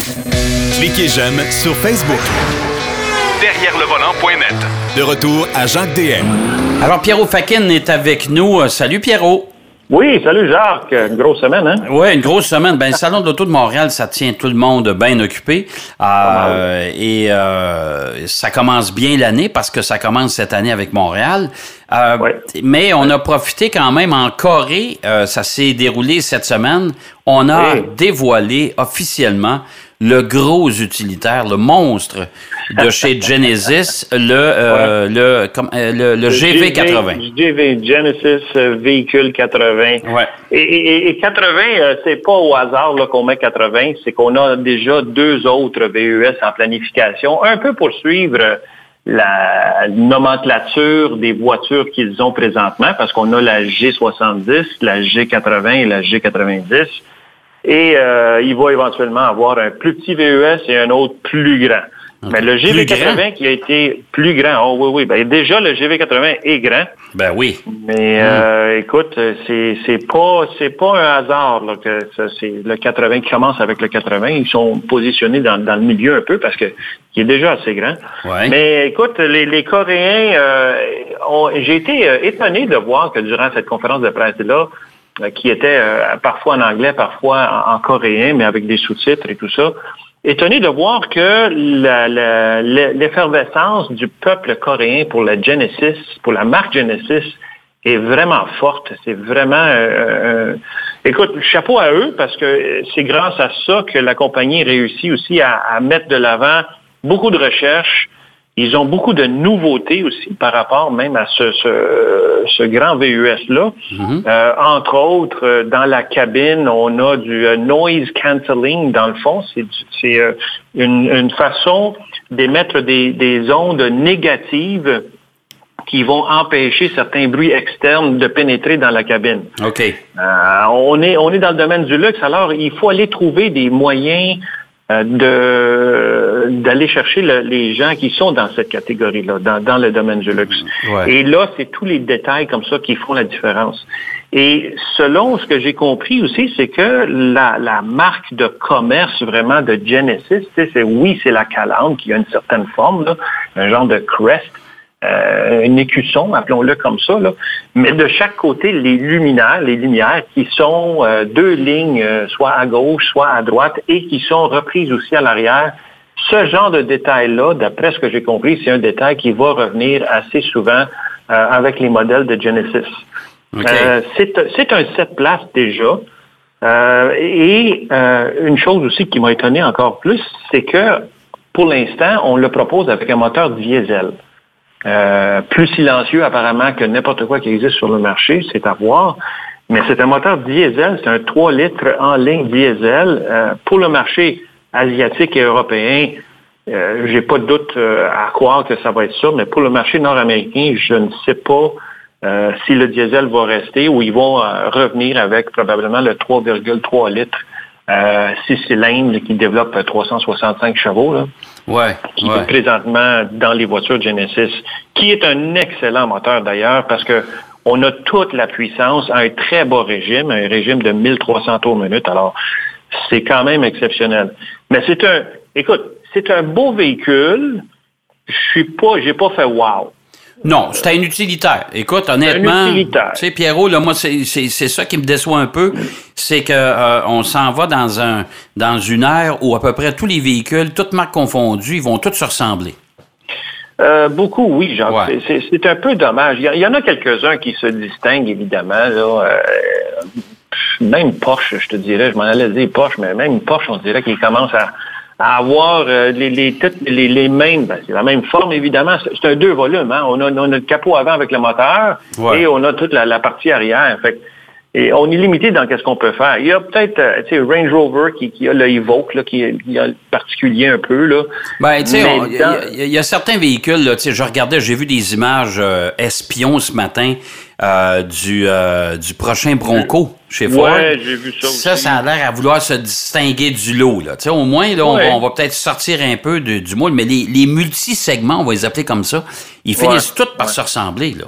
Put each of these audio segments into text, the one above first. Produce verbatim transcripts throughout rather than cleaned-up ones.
Cliquez j'aime sur Facebook. Derrière le volant point net. De retour à Jacques D M. Alors, Pierrot Fakin est avec nous. Salut, Pierrot. Oui, salut Jacques. Une grosse semaine, hein? Oui, une grosse semaine. Ben, le Salon de l'Auto de Montréal, ça tient tout le monde bien occupé. Euh, et euh, ça commence bien l'année parce que ça commence cette année avec Montréal. Euh, ouais. Mais on a profité quand même en Corée. Euh, ça s'est déroulé cette semaine. On a oui. dévoilé officiellement le gros utilitaire, le monstre de chez Genesis, le, euh, ouais. le, comme, euh, le, le G V quatre-vingts. G V, Genesis euh, Véhicule quatre-vingts. Ouais. Et, et, et quatre-vingts, euh, c'est pas au hasard là, qu'on met quatre-vingts, c'est qu'on a déjà deux autres V E S en planification, un peu pour suivre la nomenclature des voitures qu'ils ont présentement, parce qu'on a la G soixante-dix, la G quatre-vingts et la G quatre-vingt-dix. Et euh, il va éventuellement avoir un plus petit V E S et un autre plus grand. Okay. Mais le G V quatre-vingts qui a été plus grand, oh oui, oui, ben déjà le G V quatre-vingts est grand. Ben oui. Mais euh, mmh. écoute, c'est c'est pas c'est pas un hasard là, que ça, c'est le quatre-vingts qui commence avec le quatre-vingts. Ils sont positionnés dans, dans le milieu un peu parce que il est déjà assez grand. Ouais. Mais écoute, les, les Coréens, euh, ont, j'ai été euh, étonné de voir que durant cette conférence de presse là, qui était euh, parfois en anglais, parfois en, en coréen, mais avec des sous-titres et tout ça. Étonné de voir que la, la, l'effervescence du peuple coréen pour la Genesis, pour la marque Genesis, est vraiment forte. C'est vraiment... Euh, euh, écoute, chapeau à eux, parce que c'est grâce à ça que la compagnie réussit aussi à, à mettre de l'avant beaucoup de recherches. Ils ont beaucoup de nouveautés aussi par rapport même à ce, ce, ce grand V U S-là. Mm-hmm. Euh, entre autres, euh, dans la cabine, on a du euh, noise cancelling dans le fond. C'est, c'est euh, une, une façon d'émettre des, des ondes négatives qui vont empêcher certains bruits externes de pénétrer dans la cabine. OK. Euh, on est, on est dans le domaine du luxe, alors il faut aller trouver des moyens de d'aller chercher le, les gens qui sont dans cette catégorie-là, dans, dans le domaine du luxe. Ouais. Et là, c'est tous les détails comme ça qui font la différence. Et selon ce que j'ai compris aussi, c'est que la, la marque de commerce vraiment de Genesis, c'est oui, c'est la calandre qui a une certaine forme, là, un genre de crest, Euh, un écusson, appelons-le comme ça, là. Mais de chaque côté, les luminaires, les lumières qui sont euh, deux lignes, euh, soit à gauche, soit à droite, et qui sont reprises aussi à l'arrière. Ce genre de détail-là, d'après ce que j'ai compris, c'est un détail qui va revenir assez souvent euh, avec les modèles de Genesis. Okay. Euh, c'est, c'est un sept places déjà. Euh, et euh, une chose aussi qui m'a étonné encore plus, c'est que pour l'instant, on le propose avec un moteur diesel. Euh, plus silencieux apparemment que n'importe quoi qui existe sur le marché, c'est à voir. Mais c'est un moteur diesel, c'est un trois litres en ligne diesel. Euh, pour le marché asiatique et européen, euh, j'ai pas de doute euh, à croire que ça va être ça, mais pour le marché nord-américain, je ne sais pas euh, si le diesel va rester ou ils vont euh, revenir avec probablement le trois virgule trois litres. Euh, six cylindres qui développe trois cent soixante-cinq chevaux, là, ouais, qui ouais. est présentement dans les voitures Genesis, qui est un excellent moteur d'ailleurs, parce que on a toute la puissance à un très bas régime, un régime de mille trois cents tours minute. Alors, c'est quand même exceptionnel. Mais c'est un, écoute, c'est un beau véhicule. Je suis pas, j'ai pas fait wow. Non, c'était un utilitaire. Écoute, honnêtement, tu sais, Pierrot, là, moi, c'est, c'est, c'est ça qui me déçoit un peu, c'est que euh, on s'en va dans un dans une ère où à peu près tous les véhicules, toutes marques confondues, ils vont tous se ressembler. Euh, beaucoup, oui, Jean. Ouais. C'est, c'est, c'est un peu dommage. Il y, il y en a quelques-uns qui se distinguent, évidemment. Là, euh, même Porsche, je te dirais, je m'en allais dire Porsche, mais même Porsche, on dirait qu'il commence à à avoir euh, les, les, les, les mêmes, ben, c'est la même forme, évidemment. C'est, c'est un deux volumes, hein. On a, on a le capot avant avec le moteur, ouais. Et on a toute la, la partie arrière. Fait, et on est limité dans qu'est-ce qu'on peut faire. Il y a peut-être, euh, tu sais, Range Rover qui, qui a le Evoque, là, qui, qui a le particulier un peu, là. Ben, tu sais, il dans... y, y, y a certains véhicules, là, tu sais, je regardais, j'ai vu des images euh, espions ce matin euh, du, euh, du prochain Bronco chez Ford. Ouais, j'ai vu ça aussi. Ça, ça a l'air à vouloir se distinguer du lot, là. Tu sais, au moins, là, on, ouais. va, on va peut-être sortir un peu de, du moule, mais les, les multi-segments, on va les appeler comme ça, ils finissent ouais. tous par ouais. se ressembler, là.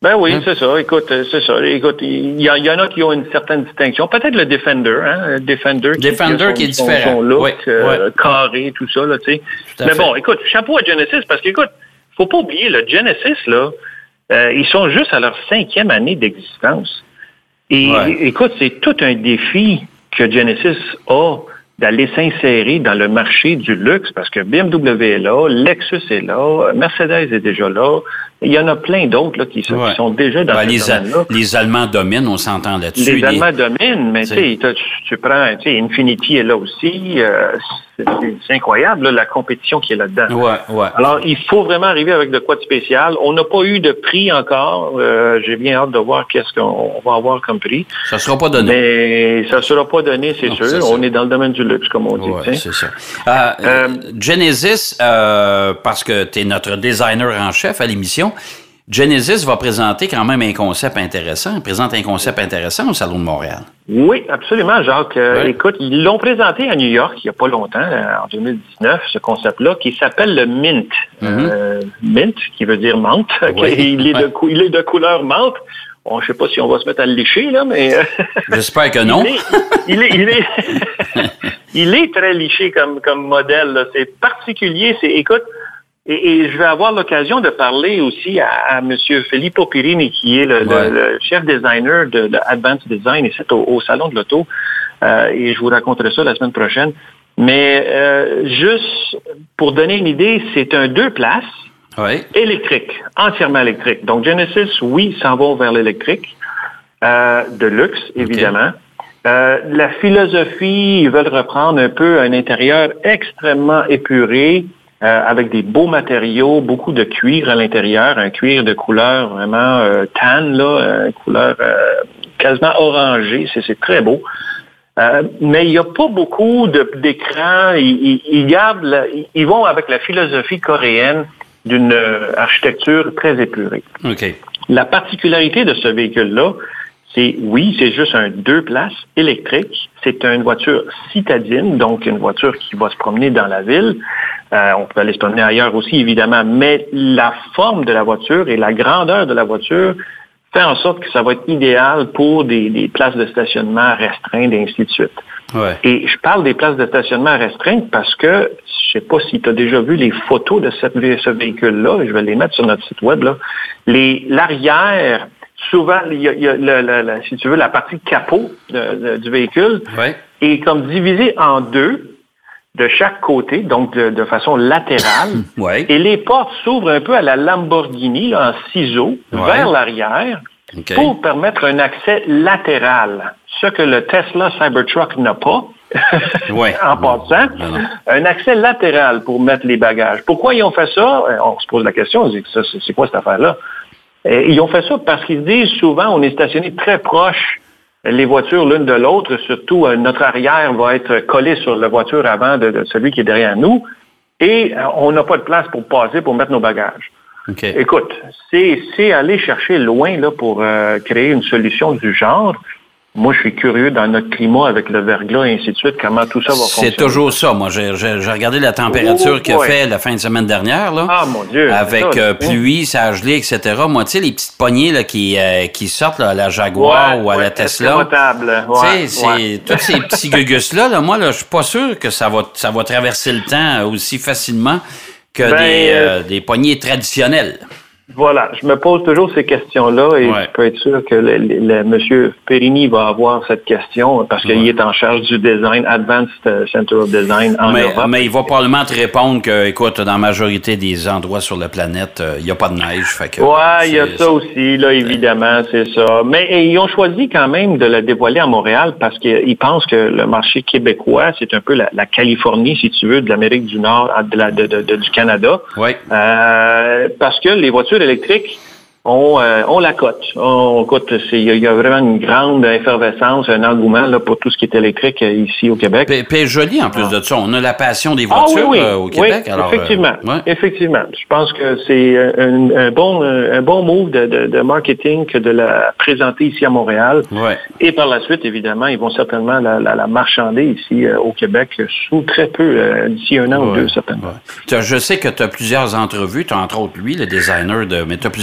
Ben oui, hein? c'est ça. Écoute, c'est ça. Écoute, il y, y en a qui ont une certaine distinction. Peut-être le Defender, hein, le Defender, Defender qui, qui, son, est différent. Son look, oui, euh, oui. carré, tout ça, là, tu sais. Mais fait. Bon, écoute, chapeau à Genesis, parce qu'écoute, faut pas oublier, le Genesis, là, euh, ils sont juste à leur cinquième année d'existence. Et ouais. écoute, c'est tout un défi que Genesis a d'aller s'insérer dans le marché du luxe, parce que B M W est là, Lexus est là, Mercedes est déjà là. Il y en a plein d'autres là, qui, sont, ouais. qui sont déjà dans ben, ce les, domaine-là. Les Allemands dominent, on s'entend là-dessus. Les, les Allemands dominent, mais tu sais, tu prends, tu sais, Infiniti est là aussi. Euh, c'est, c'est incroyable, là, la compétition qui est là-dedans. Ouais, ouais. Alors, il faut vraiment arriver avec de quoi de spécial. On n'a pas eu de prix encore. Euh, j'ai bien hâte de voir qu'est-ce qu'on va avoir comme prix. Ça ne sera pas donné. Mais ça ne sera pas donné, c'est non, sûr. C'est on est dans le domaine du luxe, comme on dit. Ouais, c'est ça. Euh, euh, Genesis, euh, parce que tu es notre designer en chef à l'émission, Genesis va présenter quand même un concept intéressant. Il présente un concept intéressant au Salon de Montréal. Oui, absolument, Jacques. Euh, ouais. Écoute, ils l'ont présenté à New York il n'y a pas longtemps, en deux mille dix-neuf, ce concept-là, qui s'appelle le Mint. Mm-hmm. Euh, Mint, qui veut dire menthe. Ouais. il, est ouais. de, il est de couleur menthe. Bon, je ne sais pas si on va se mettre à le licher, là, mais... J'espère que non. il, est, il, est, il, est, il est très liché comme, comme modèle. Là. C'est particulier. C'est, écoute, et, et je vais avoir l'occasion de parler aussi à, à M. Filippo Pirini, qui est le, ouais. le, le chef designer de, de Advanced Design, et c'est au, au Salon de l'Auto. Euh, et je vous raconterai ça la semaine prochaine. Mais euh, juste pour donner une idée, c'est un deux places. Oui. Électrique, entièrement électrique. Donc, Genesis, oui, s'en va vers l'électrique, euh, de luxe, évidemment. Okay. Euh, la philosophie, ils veulent reprendre un peu un intérieur extrêmement épuré, euh, avec des beaux matériaux, beaucoup de cuir à l'intérieur, un cuir de couleur vraiment euh, tan, là, une couleur euh, quasiment orangée, c'est, c'est très beau. Euh, mais il n'y a pas beaucoup de, d'écrans. Ils, ils, ils, gardent la, ils vont avec la philosophie coréenne d'une architecture très épurée. Okay. La particularité de ce véhicule-là, c'est, oui, c'est juste un deux places électrique. C'est une voiture citadine, donc une voiture qui va se promener dans la ville. Euh, on peut aller se promener ailleurs aussi, évidemment, mais la forme de la voiture et la grandeur de la voiture fait en sorte que ça va être idéal pour des, des places de stationnement restreintes et ainsi de suite. Ouais. Et je parle des places de stationnement restreintes parce que je sais pas si tu as déjà vu les photos de cette, ce véhicule-là, et je vais les mettre sur notre site web, là. Les, l'arrière, souvent, il y a, il y a le, le, le, si tu veux, la partie capot de, de, du véhicule ouais. est comme divisée en deux de chaque côté, donc de, de façon latérale. ouais. Et les portes s'ouvrent un peu à la Lamborghini, là, en ciseaux, ouais. vers l'arrière, okay. pour permettre un accès latéral. Ce que le Tesla Cybertruck n'a pas, ouais. en passant, non, non. un accès latéral pour mettre les bagages. Pourquoi ils ont fait ça? On se pose la question, on se dit, ça, c'est, c'est quoi cette affaire-là? Et ils ont fait ça parce qu'ils disent souvent, on est stationné très proche les voitures l'une de l'autre, surtout euh, notre arrière va être collé sur la voiture avant de, de celui qui est derrière nous, et euh, on n'a pas de place pour passer, pour mettre nos bagages. Okay. Écoute, c'est, c'est aller chercher loin là pour euh, créer une solution du genre. Moi, je suis curieux dans notre climat avec le verglas et ainsi de suite, comment tout ça va fonctionner. C'est toujours ça. Moi, j'ai, j'ai, j'ai regardé la température oh, qu'il a ouais. fait la fin de semaine dernière, là. Ah, mon Dieu. Avec ça, euh, pluie, ça a gelé, et cetera. Moi, tu sais, les petites poignées là, qui, euh, qui sortent là, à la Jaguar ouais, ou à ouais, la Tesla. C'est potable. Tu sais, c'est ouais. tous ces petits gugus-là, là, moi, là, je suis pas sûr que ça va, ça va traverser le temps aussi facilement que ben, des, euh, des poignées traditionnelles. Voilà, je me pose toujours ces questions-là et ouais. je peux être sûr que le, le, le M. Perini va avoir cette question parce qu'il ouais. est en charge du design, Advanced Center of Design en mais, Europe. Mais il va probablement te répondre que, écoute, dans la majorité des endroits sur la planète, il euh, n'y a pas de neige. Fait que, ouais, il y a ça aussi, là, évidemment, c'est ça. Mais et, ils ont choisi quand même de la dévoiler à Montréal parce qu'ils pensent que le marché québécois, c'est un peu la, la Californie, si tu veux, de l'Amérique du Nord, de la, de, de, de, du Canada. Oui. Euh, parce que les voitures électriques, on, euh, on la cote. On cote, il y, y a vraiment une grande effervescence, un engouement là, pour tout ce qui est électrique euh, ici au Québec. Puis, puis joli en plus ah. de ça. On a la passion des voitures ah, oui, oui. Euh, au Québec. Oui, alors, effectivement. Euh, ouais. Effectivement. Je pense que c'est un, un bon un bon move de, de, de marketing que de la présenter ici à Montréal. Ouais. Et par la suite, évidemment, ils vont certainement la, la, la marchander ici euh, au Québec sous très peu, euh, d'ici un an ouais. ou deux, certainement. Ouais. Je sais que tu as plusieurs entrevues. Tu as entre autres lui, le designer, de, mais tu as plusieurs entrevues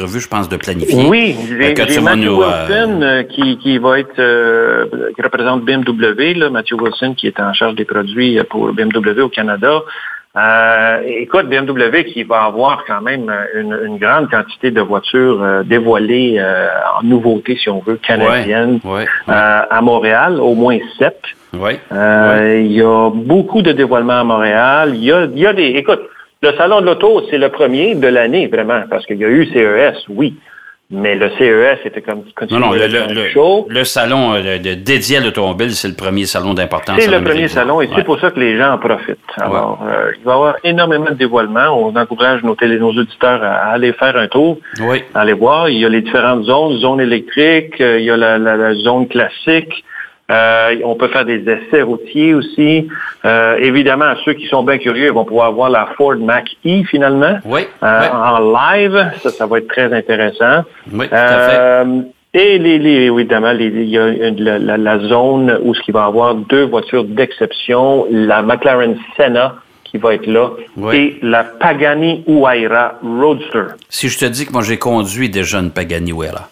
entrevue, je pense, de planifier. Oui, j'ai, que j'ai Matthew nous, Wilson euh... qui, qui va être, euh, qui représente B M W, là, Matthew Wilson qui est en charge des produits pour B M W au Canada. Euh, écoute, B M W qui va avoir quand même une, une grande quantité de voitures euh, dévoilées euh, en nouveautés, si on veut, canadiennes, ouais, ouais, ouais. Euh, à Montréal, au moins sept. Ouais, euh, ouais. Il y a beaucoup de dévoilements à Montréal. Il y a, il y a des... Écoute, le Salon de l'Auto, c'est le premier de l'année, vraiment, parce qu'il y a eu C E S, oui. Mais le C E S était comme non, non, le, le, show. Le salon euh, de, dédié à l'automobile, c'est le premier salon d'importance. C'est le premier salon et ouais. c'est pour ça que les gens en profitent. Alors, ouais. euh, il va y avoir énormément de dévoilements. On encourage nos, télé, nos auditeurs à aller faire un tour, oui. à aller voir. Il y a les différentes zones, zone électrique, il y a la, la, la zone classique. Euh, on peut faire des essais routiers aussi. Euh, évidemment, ceux qui sont bien curieux vont pouvoir voir la Ford Mach-E finalement oui, euh, oui. en live. Ça, ça va être très intéressant. Oui, tout à fait. Euh, et les, les, évidemment, les, il y a la, la, la zone où il va y avoir deux voitures d'exception, la McLaren Senna qui va être là, oui. et la Pagani Huayra Roadster. Si je te dis que moi j'ai conduit déjà une Pagani Huayra.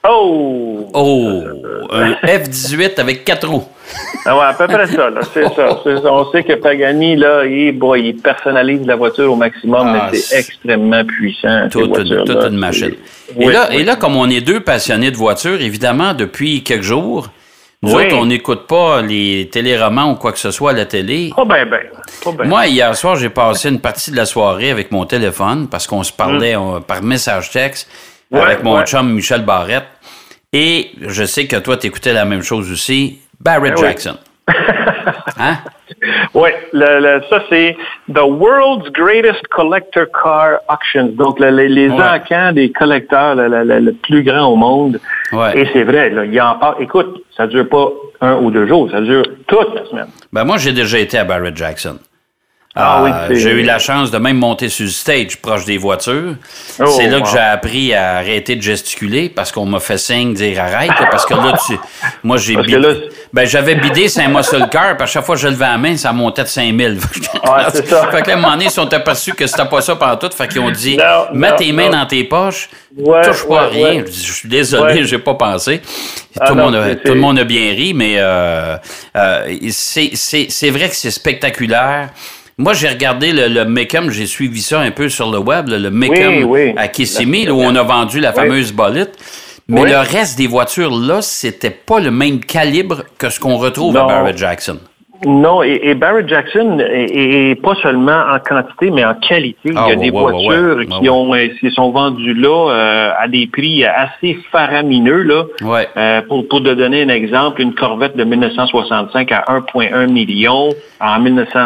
Oh! Oh! Un F dix-huit avec quatre roues. Ah ouais, à peu près ça, là. C'est ça. C'est ça. On sait que Pagani, là, il, bon, il personnalise la voiture au maximum, ah, mais c'est, c'est extrêmement puissant. Toute, une, toute une machine. Et, oui, là, oui. et là, comme on est deux passionnés de voitures, évidemment, depuis quelques jours, nous oui. autres, on n'écoute pas les téléromans ou quoi que ce soit à la télé. Pas bien, bien. Ben. Moi, hier soir, j'ai passé une partie de la soirée avec mon téléphone parce qu'on se parlait mm. on, par message texte. Ouais, avec mon ouais. chum Michel Barrette. Et je sais que toi, tu écoutais la même chose aussi. Barrett ben Jackson. Oui. Hein? Oui, le, le, ça c'est The World's Greatest Collector Car Auctions. Donc, le, les, les ouais. encans des collecteurs le, le, le plus grand au monde. Ouais. Et c'est vrai, là, il y en parle. Écoute, ça ne dure pas un ou deux jours, ça dure toute la semaine. Ben moi, j'ai déjà été à Barrett Jackson. Ah, euh, oui, j'ai eu la chance de même monter sur le stage proche des voitures. Oh, c'est là wow. que j'ai appris à arrêter de gesticuler parce qu'on m'a fait signe de dire arrête. Parce que là, tu, moi, j'ai bidé. Là, ben, j'avais bidé cinq mois sur le cœur, puis à chaque fois que je levais la main, ça montait de cinq mille. Ouais, c'est ça. Fait que là, à un moment donné, ils sont aperçus que c'était pas ça pendant tout. Fait qu'ils ont dit non, mets non, tes mains non. dans tes poches, ouais, touche pas à ouais, rien. Ouais. Je, dis, je suis désolé, ouais. j'ai pas pensé. Ah, tout, non, le monde a, c'est, tout le monde a bien ri, mais euh, euh, c'est, c'est, c'est vrai que c'est spectaculaire. Moi, j'ai regardé le, le Mecum, j'ai suivi ça un peu sur le web, le, le Mecum oui, oui. à Kissimmee, là, où on a vendu la fameuse oui. bolide. Mais oui. le reste des voitures, là, c'était pas le même calibre que ce qu'on retrouve non. à Barrett Jackson. Non, et, et Barrett Jackson est, est pas seulement en quantité, mais en qualité. Ah, Il y a ouais, des ouais, voitures ouais, ouais. qui ont qui sont vendues là euh, à des prix assez faramineux. Là. Ouais. Euh, pour, pour te donner un exemple, une Corvette de dix-neuf cent soixante-cinq à un virgule un million. En mille neuf cents,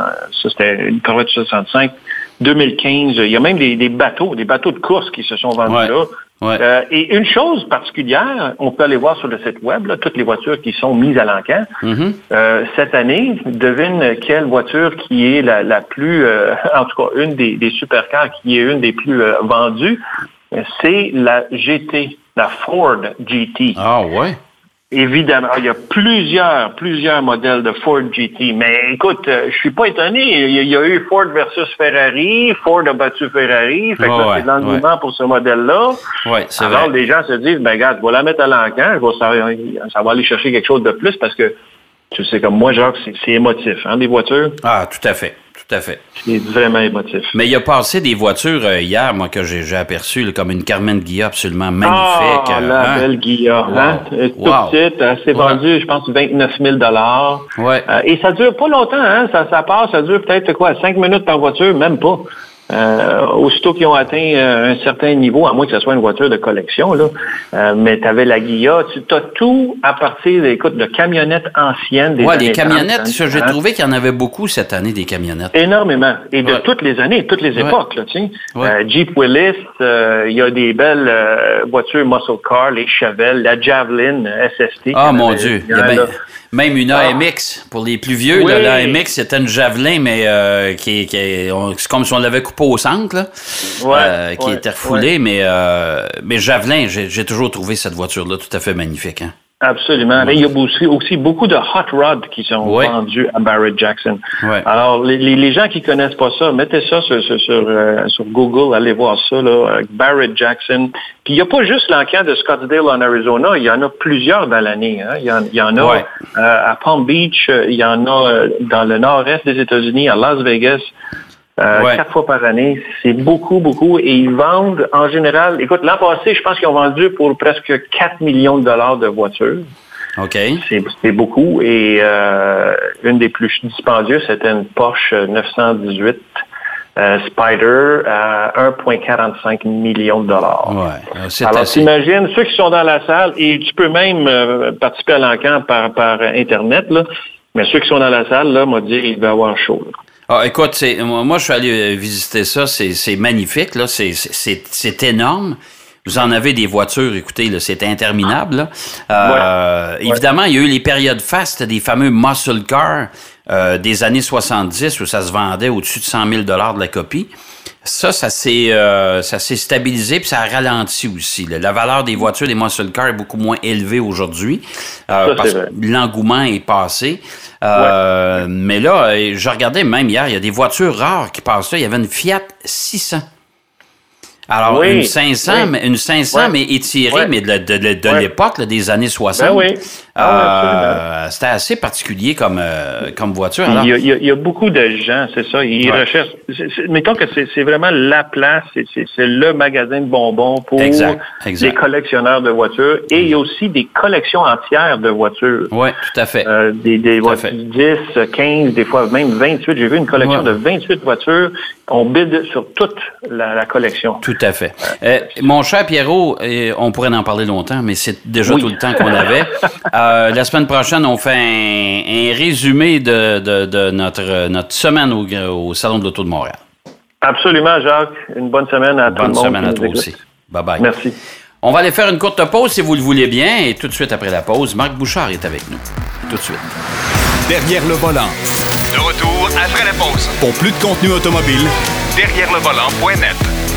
ça c'était une Corvette soixante-cinq. deux mille quinze, il y a même des, des bateaux, des bateaux de course qui se sont vendus ouais. là. Ouais. Euh, et une chose particulière, on peut aller voir sur le site web, là, toutes les voitures qui sont mises à l'encan. Mm-hmm. Euh, cette année, devine quelle voiture qui est la, la plus, euh, en tout cas, une des, des supercars qui est une des plus euh, vendues. C'est la G T, la Ford G T. Ah ouais? Évidemment, il y a plusieurs, plusieurs modèles de Ford G T. Mais écoute, euh, je suis pas étonné. Il y, a, il y a eu Ford versus Ferrari. Ford a battu Ferrari. Fait que oh, là, ouais, c'est l'engouement ouais. pour ce modèle-là. Ouais, c'est Alors, vrai. les gens se disent, ben regarde, je vais la mettre à l'encan. Je vais savoir, ça va aller chercher quelque chose de plus parce que, tu sais, comme moi, Jacques, c'est, c'est émotif, hein, des voitures. Ah, tout à fait. Tout à fait. C'est vraiment émotif. Mais il y a passé des voitures euh, hier, moi, que j'ai, j'ai aperçues, là, comme une Carmen Ghia absolument magnifique. Ah, la hein? belle Ghia. Wow. Hein? Toute wow. petite, elle s'est vendue, ouais. je pense, vingt-neuf mille dollars. Ouais. Euh, et ça dure pas longtemps, hein? Ça, ça passe, ça dure peut-être, quoi, cinq minutes par voiture, même pas. Euh, aussitôt qu'ils ont atteint euh, un certain niveau, à moins que ce soit une voiture de collection, là, euh, mais tu avais la Ghia, tu as tout à partir écoute, de camionnettes anciennes. Des ouais, années des camionnettes, trente, ça, j'ai trouvé qu'il y en avait beaucoup cette année, des camionnettes. Énormément. Et de ouais. toutes les années, toutes les époques, ouais. là, tu sais. Ouais. Euh, Jeep Willys, il euh, y a des belles euh, voitures muscle car, les Chevelle, la Javelin S S T. Ah, mon Dieu. Il y a ben, même une A M X, pour les plus vieux, oui. là, l'A M X, c'était une Javelin, mais euh, qui, qui on, c'est comme si on l'avait coupé au centre, là, ouais, euh, qui ouais, était refoulée, ouais. mais, euh, mais Javelin, j'ai, j'ai toujours trouvé cette voiture-là tout à fait magnifique. Hein? Absolument. Là, il y a aussi, aussi beaucoup de hot rods qui sont oui. vendus à Barrett-Jackson. Oui. Alors, les, les gens qui connaissent pas ça, mettez ça sur, sur, sur, euh, sur Google, allez voir ça, là, Barrett-Jackson. Puis il n'y a pas juste l'encan de Scottsdale en Arizona, il y en a plusieurs dans l'année. Hein. Il, y en, il y en a oui. euh, à Palm Beach, il y en a euh, dans le nord-est des États-Unis, à Las Vegas. Euh, ouais. Quatre fois par année, c'est beaucoup, beaucoup. Et ils vendent, en général, écoute, l'an passé, je pense qu'ils ont vendu pour presque quatre millions de dollars de voitures. OK. C'est, c'est beaucoup. Et euh, une des plus dispendieuses, c'était une Porsche neuf cent dix-huit euh, Spider à un virgule quarante-cinq millions de dollars. Ouais. C'est Alors, assez... t'imagines, ceux qui sont dans la salle, et tu peux même euh, participer à l'encan par, par Internet, là, mais ceux qui sont dans la salle, là, m'ont dit, il va avoir chaud, là. Ah, écoute, c'est, moi, je suis allé visiter ça. C'est, c'est magnifique, là. C'est, c'est, c'est énorme. Vous en avez des voitures, écoutez, là, c'est interminable, là. Euh, ouais. Évidemment, il y a eu les périodes fastes des fameux muscle cars euh, des années soixante-dix où ça se vendait au-dessus de cent mille dollars de la copie. Ça, ça s'est, euh, ça s'est stabilisé puis ça a ralenti aussi. Là. La valeur des voitures, des muscle cars est beaucoup moins élevée aujourd'hui euh, ça, parce que l'engouement est passé. Euh, ouais. Mais là, je regardais même hier, il y a des voitures rares qui passent là. Il y avait une Fiat six cents. Alors, oui, une cinq cents, oui. mais, une cinq cents, ouais. mais étirée, ouais. mais de, de, de, de ouais. l'époque, là, des années soixante. Ben oui. Ah, euh, c'était assez particulier comme, euh, comme voiture. Alors. Il, y a, il, y a, il y a beaucoup de gens, c'est ça. Ils ouais. recherchent. C'est, c'est, mettons que c'est, c'est vraiment la place, c'est, c'est, c'est le magasin de bonbons pour exact, exact. les collectionneurs de voitures. Et il y a aussi des collections entières de voitures. Oui, tout à fait. Euh, des des voitures dix, quinze, des fois même vingt-huit. J'ai vu une collection ouais. de vingt-huit voitures. On bide sur toute la, la collection. Tout à fait. Euh, mon cher Pierrot, on pourrait en parler longtemps, mais c'est déjà oui. tout le temps qu'on avait. Euh, la semaine prochaine, on fait un, un résumé de, de, de notre, notre semaine au, au Salon de l'Auto de Montréal. Absolument, Jacques. Une bonne semaine à bonne tout le monde. Bonne semaine à toi aussi. Bye-bye. Merci. On va aller faire une courte pause si vous le voulez bien. Et tout de suite après la pause, Marc Bouchard est avec nous. Tout de suite. Derrière le volant. De retour après la pause. Pour plus de contenu automobile, derrière le volant point net.